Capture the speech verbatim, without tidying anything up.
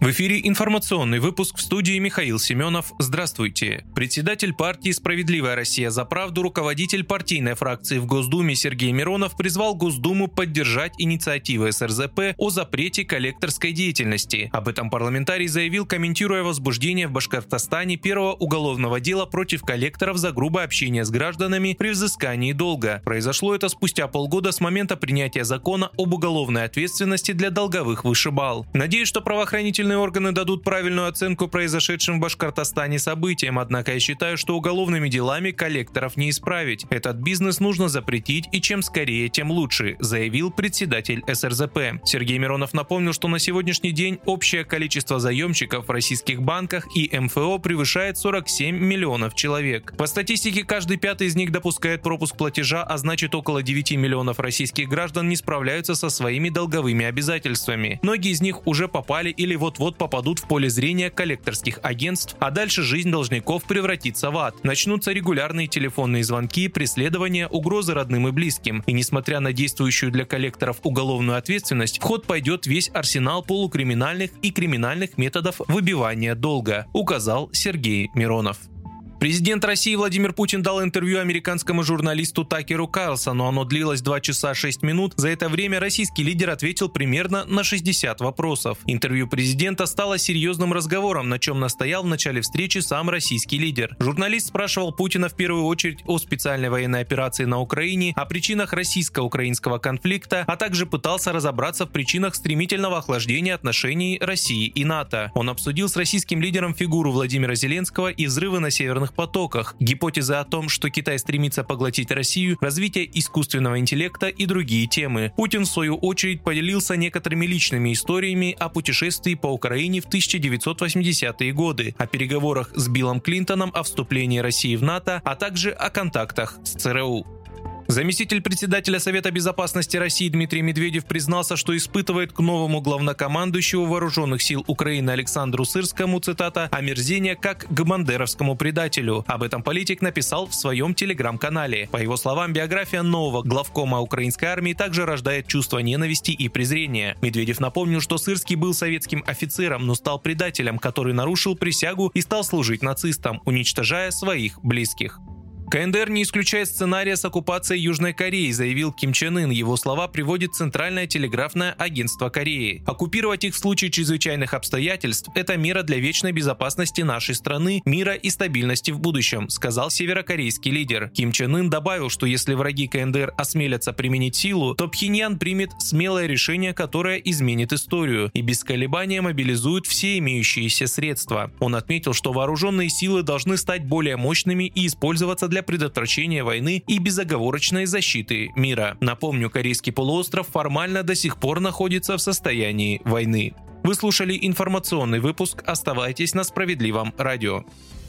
В эфире информационный выпуск, в студии Михаил Семенов. Здравствуйте. Председатель партии «Справедливая Россия за правду», руководитель партийной фракции в Госдуме Сергей Миронов призвал Госдуму поддержать инициативы эс эр зэ пэ о запрете коллекторской деятельности. Об этом парламентарий заявил, комментируя возбуждение в Башкортостане первого уголовного дела против коллекторов за грубое общение с гражданами при взыскании долга. Произошло это спустя полгода с момента принятия закона об уголовной ответственности для долговых вышибал. Надеюсь, что правоохранительные органы дадут правильную оценку произошедшим в Башкортостане событиям, однако я считаю, что уголовными делами коллекторов не исправить. Этот бизнес нужно запретить, и чем скорее, тем лучше, заявил председатель эс эр зэ пэ. Сергей Миронов напомнил, что на сегодняшний день общее количество заемщиков в российских банках и эм эф о превышает сорок семь миллионов человек. По статистике, каждый пятый из них допускает пропуск платежа, а значит, около девяти миллионов российских граждан не справляются со своими долговыми обязательствами. Многие из них уже попали или вот вот попадут в поле зрения коллекторских агентств, а дальше жизнь должников превратится в ад. Начнутся регулярные телефонные звонки, преследования, угрозы родным и близким. И несмотря на действующую для коллекторов уголовную ответственность, в ход пойдет весь арсенал полукриминальных и криминальных методов выбивания долга, указал Сергей Миронов. Президент России Владимир Путин дал интервью американскому журналисту Такеру Карлсону. Оно длилось два часа шесть минут. За это время российский лидер ответил примерно на шестьдесят вопросов. Интервью президента стало серьезным разговором, на чем настоял в начале встречи сам российский лидер. Журналист спрашивал Путина в первую очередь о специальной военной операции на Украине, о причинах российско-украинского конфликта, а также пытался разобраться в причинах стремительного охлаждения отношений России и НАТО. Он обсудил с российским лидером фигуру Владимира Зеленского и взрывы на северных потоках, гипотезы о том, что Китай стремится поглотить Россию, развитие искусственного интеллекта и другие темы. Путин, в свою очередь, поделился некоторыми личными историями о путешествии по Украине в тысяча девятьсот восьмидесятые годы, о переговорах с Биллом Клинтоном о вступлении России в НАТО, а также о контактах с цэ эр у. Заместитель председателя Совета безопасности России Дмитрий Медведев признался, что испытывает к новому главнокомандующему вооруженных сил Украины Александру Сырскому, цитата, «омерзение как к бандеровскому предателю». Об этом политик написал в своем телеграм-канале. По его словам, биография нового главкома украинской армии также рождает чувство ненависти и презрения. Медведев напомнил, что Сырский был советским офицером, но стал предателем, который нарушил присягу и стал служить нацистам, уничтожая своих близких. ка эн дэ эр не исключает сценария с оккупацией Южной Кореи, заявил Ким Чен Ын. Его слова приводит Центральное телеграфное агентство Кореи. Оккупировать их в случае чрезвычайных обстоятельств – это мера для вечной безопасности нашей страны, мира и стабильности в будущем, сказал северокорейский лидер. Ким Чен Ын добавил, что если враги ка эн дэ эр осмелятся применить силу, то Пхеньян примет смелое решение, которое изменит историю и без колебания мобилизует все имеющиеся средства. Он отметил, что вооруженные силы должны стать более мощными и использоваться для для предотвращения войны и безоговорочной защиты мира. Напомню, Корейский полуостров формально до сих пор находится в состоянии войны. Вы слушали информационный выпуск. Оставайтесь на Справедливом радио.